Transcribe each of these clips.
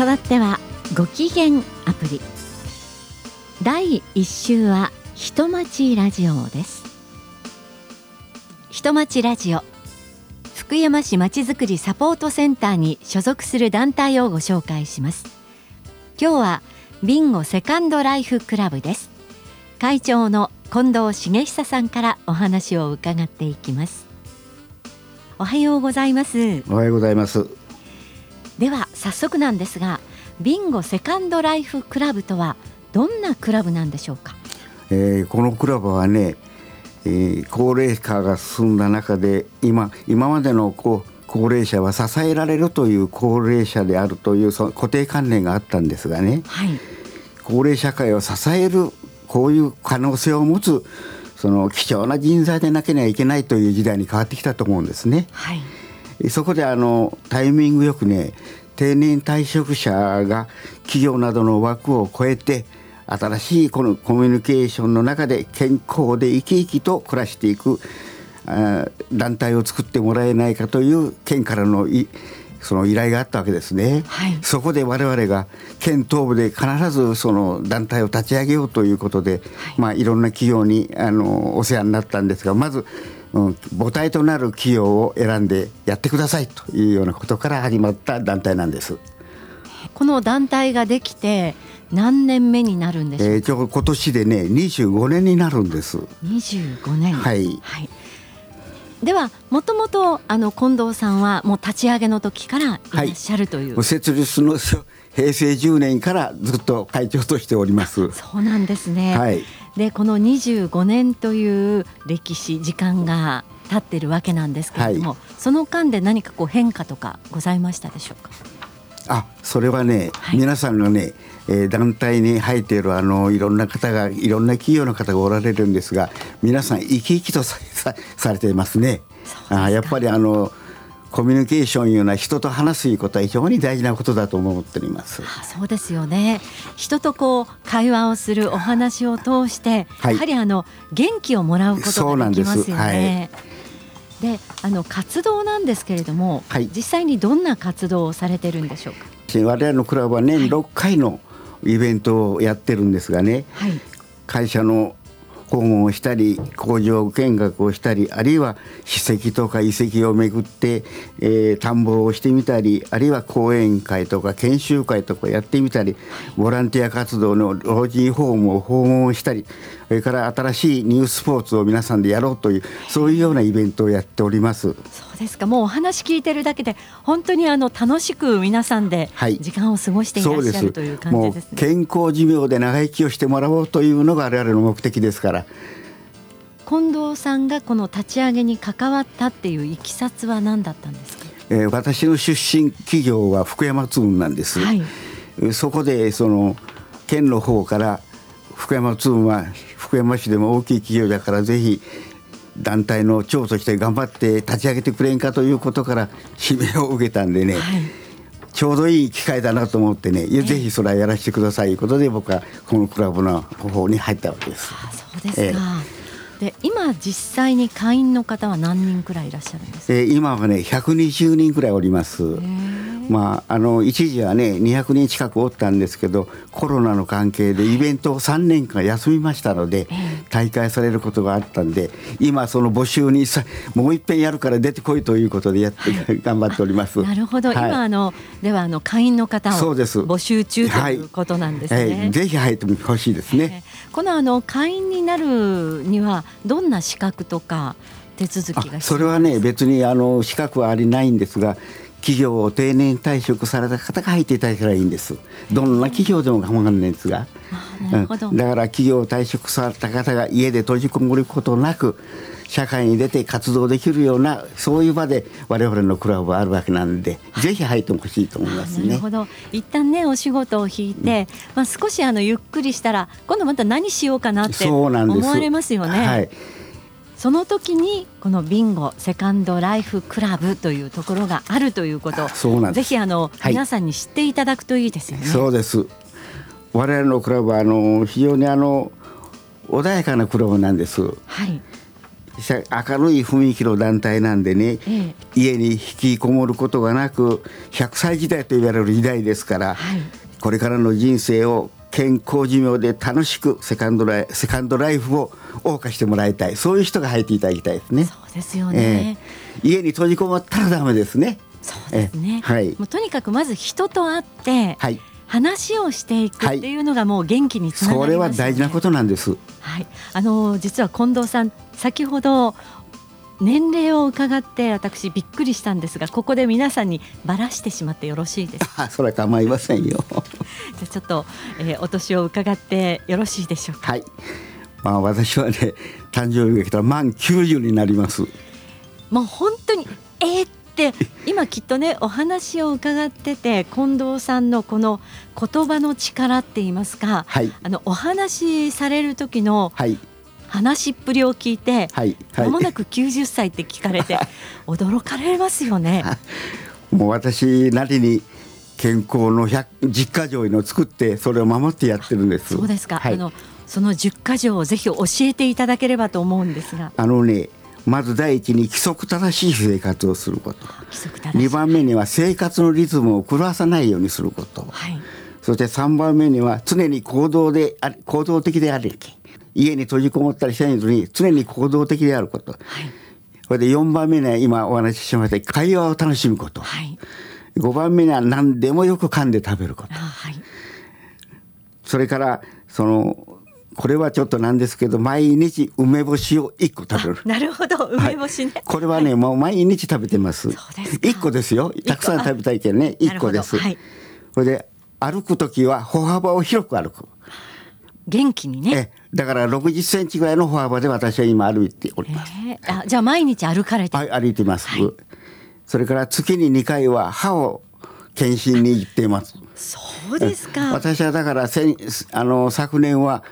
代わってはご機嫌アプリ。第1週は人町ラジオです。人町ラジオ、福山市まちづくりサポートセンターに所属する団体をご紹介します。今日はビンゴセカンドライフクラブです。会長の近藤茂久さんからお話を伺っていきます。おはようございます。 おはようございます。 では早速なんですが、ビンゴセカンドライフクラブとはどんなクラブなんでしょうか？ このクラブはね、高齢化が進んだ中で今までの高齢者は支えられるという高齢者であるというその固定観念があったんですがね、はい、高齢社会を支えるこういう可能性を持つその貴重な人材でなければいけないという時代に変わってきたと思うんですね、はい、そこでタイミングよくね、定年退職者が企業などの枠を超えて新しいこのコミュニケーションの中で健康で生き生きと暮らしていく団体を作ってもらえないかという県からのその依頼があったわけですね、はい、そこで我々が県東部で必ずその団体を立ち上げようということで、はい、いろんな企業にお世話になったんですが、まず母体となる企業を選んでやってくださいというようなことから始まった団体なんです。 この団体ができて何年目になるんでしょうか？ 今年でね25年になるんです。 25年、 はい、はい、 ではもともと近藤さんはもう立ち上げの時からいらっしゃるという、 はい、設立の平成10年からずっと会長としております。 そうなんですね、 はい、 でこの25年という歴史時間が経っているわけなんですけれども、はい、その間で何か変化とかございましたでしょうか？ それはね、はい、皆さんのね、団体に入っているいろんな方がいろんな企業の方がおられるんですが、皆さん生き生きとされていますね。やっぱりコミュニケーションいうのは人と話すいうことは非常に大事なことだと思っております。 そうですよね。人と会話をするお話を通して、はい、やはり元気をもらうことができますよね。で活動なんですけれども、はい、実際にどんな活動をされてるんでしょうか？ 我々のクラブは年6回のイベントをやってるんですがね、はい、会社の訪問をしたり工場見学をしたり、あるいは史跡とか遺跡を巡って、探訪をしてみたり、あるいは講演会とか研修会とかやってみたり、ボランティア活動の老人ホームを訪問したり、それから新しいニュースポーツを皆さんでやろうという、そういうようなイベントをやっております。 そうですか。もうお話聞いてるだけで本当に楽しく皆さんで時間を過ごしていらっしゃる、という感じですね。 もう健康寿命で長生きをしてもらおうというのが我々の目的ですから。 近藤さんがこの立ち上げに関わったっていういきさつは何だったんですか？ 私の出身企業は福山通運なんです、はい、そこで県の方から福山通運は福山市でも大きい企業だからぜひ団体の長として頑張って立ち上げてくれんかということから指名を受けたんでね、はい、ちょうどいい機会だなと思ってね、ぜひそれはやらせてくださいということで僕はこのクラブの方に入ったわけです。 そうですか、で今実際に会員の方は何人くらいいらっしゃるんですか？ 今はね120人くらいおります。一時はね200人近くおったんですけど、コロナの関係でイベントを3年間休みましたので、大会されることがあったんで、今その募集にもう一遍やるから出てこいということでやって、はい、頑張っております。 なるほど、はい、今では会員の方を募集中ということなんですね。 ぜひ入ってほしいですね。 この会員になるにはどんな資格とか手続きが必要ですか？ それはね別に資格はありないんですが、企業を定年退職された方が入っていただけたらいいんです。どんな企業でも構わないんですが、 なるほど、 だから企業を退職された方が家で閉じこもることなく社会に出て活動できるような、そういう場で我々のクラブはあるわけなんで、ぜひ入ってほしいと思いますね。 なるほど。一旦ねお仕事を引いて、少しゆっくりしたら今度また何しようかなって思われますよね。はい、その時にこのビンゴセカンドライフクラブというところがあるということをぜひ皆さんに知っていただくといいですよね。 そうです。我々のクラブは非常に穏やかなクラブなんです。はい、 明るい雰囲気の団体なんでね、家に引きこもることがなく100歳時代と言われる時代ですから、これからの人生を健康寿命で楽しくセカンドライフを謳歌してもらいたい、そういう人が入っていただきたいですね。 そうですよね、 家に閉じこもったらダメですね。 そうですね、もうとにかくまず人と会って、話をしていくっていうのがもう元気につながりますよね。 それは大事なことなんです。 実は近藤さん、先ほど年齢を伺って私びっくりしたんですが、ここで皆さんにばらしてしまってよろしいですか？ それは構いませんよ。 じゃあちょっと、お年を伺ってよろしいでしょうか？ 私はね、誕生日が来たら満90になります。 もう本当にって今きっとね、お話を伺ってて近藤さんのこの言葉の力って言いますか、お話しされる時の、話っぷりを聞いて、間もなく90歳って聞かれて驚かれますよね。 もう私なりに健康の10か条を作ってそれを守ってやってるんです。 そうですか、その10か条をぜひ教えていただければと思うんですが、 まず第一に規則正しい生活をすること、2番目には生活のリズムを狂わさないようにすること、そして3番目には常に行動的であるべき、家に閉じこもったりしないのに常に行動的であること、それで4番目には今お話ししました会話を楽しむこと、5番目には何でもよく噛んで食べること、それからこれはちょっとなんですけど、毎日梅干しを1個食べる。 なるほど、梅干しね、 これはねもう毎日食べてます。1個ですよ、たくさん食べたいけどね、1個です。それで歩くときは歩幅を広く歩く、 元気にね。 だから60センチぐらいの歩幅で私は今歩いております。 じゃあ毎日歩かれて？ 歩いてます。それから月に2回は歯を検診に行っています。 そうですか。 私はだから昨年は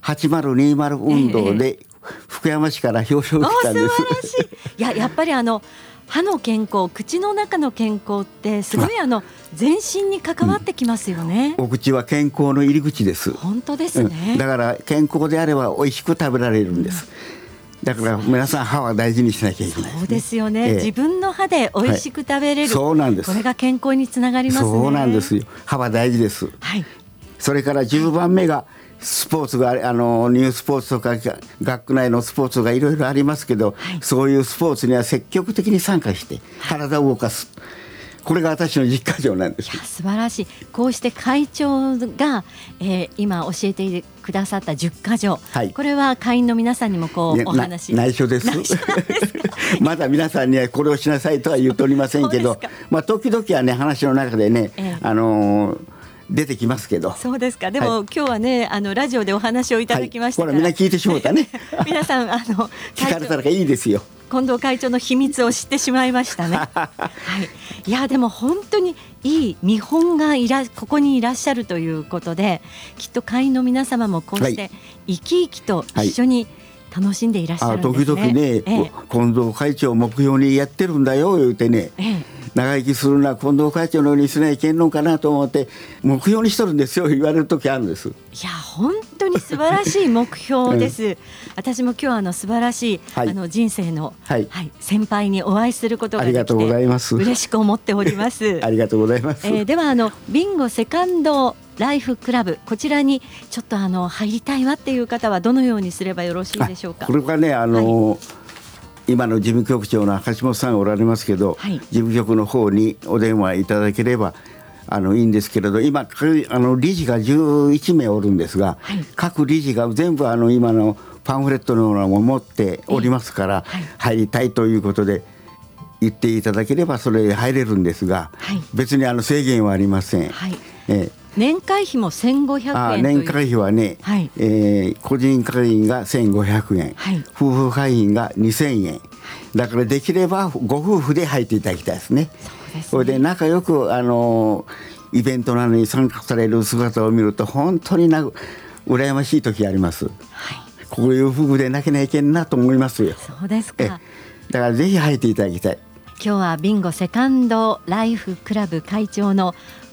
8020運動で福山市から表彰を受けたんです。 素晴らしい。やっぱり歯の健康、口の中の健康ってすごい全身に関わってきますよね。 お口は健康の入り口です。 本当ですね、 だから健康であれば美味しく食べられるんです。だから皆さん歯は大事にしなきゃいけないですね。 そうですよね、自分の歯で美味しく食べれる、 そうなんです。 これが健康につながりますね。 そうなんですよ、歯は大事です。それから10番目がスポーツがニュースポーツとか学区内のスポーツがいろいろありますけど、そういうスポーツには積極的に参加して体を動かす、これが私の実家条なんです。 素晴らしい。こうして会長が、今教えてくださった10か条、これは会員の皆さんにもお話内緒ですまだ皆さんにはこれをしなさいとは言っておりませんけど、時々はね話の中でね、出てきますけど。 そうですか。でも、今日はねラジオでお話をいただきましたから、 みんな聞いてしまったね皆さん聞かれたらいいですよ。 近藤会長の秘密を知ってしまいましたねいやでも本当にいい見本がここにいらっしゃるということで、きっと会員の皆様もこうして生き生きと一緒に楽しんでいらっしゃるんですね。 時々ね、近藤会長を目標にやってるんだよ言うてね、長生きするのは近藤会長のようにしないけんのかなと思って目標にしとるんですよ言われる時あるんです。 いや本当に素晴らしい目標です、私も今日素晴らしい、人生の、先輩にお会いすることができて、 ありがとうございます。 嬉しく思っておりますありがとうございます。 ではビンゴセカンドライフクラブ、こちらにちょっと入りたいわっていう方はどのようにすればよろしいでしょうか？ これはね今の事務局長の橋本さんがおられますけど、事務局の方にお電話いただければいいんですけれど、今理事が11名おるんですが、各理事が全部今のパンフレットのようなものを持っておりますから、入りたいということで言っていただければそれで入れるんですが、別に制限はありません。 年会費も1500円。 年会費はね、個人会員が1500円、夫婦会員が2000円だから、できればご夫婦で入っていただきたいですね。それで仲良くイベントなのに参加される姿を見ると本当に羨ましい時があります。こういう夫婦でなきゃいけんなと思いますよ。 そうですか。 だからぜひ入っていただきたい。 今日はビンゴセカンドライフクラブ会長の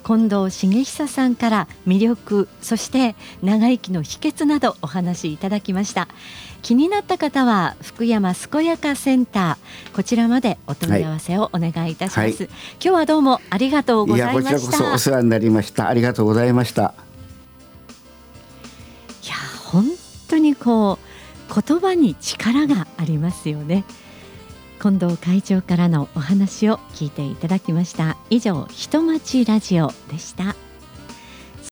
近藤茂久さんから魅力、そして長生きの秘訣などお話しいただきました。気になった方は福山健やかセンター、こちらまでお問い合わせをお願いいたします。今日はどうもありがとうございました。 いや、こちらこそお世話になりました。ありがとうございました。 いや、本当に言葉に力がありますよね。近藤会長からのお話を聞いていただきました。以上、人町ラジオでした。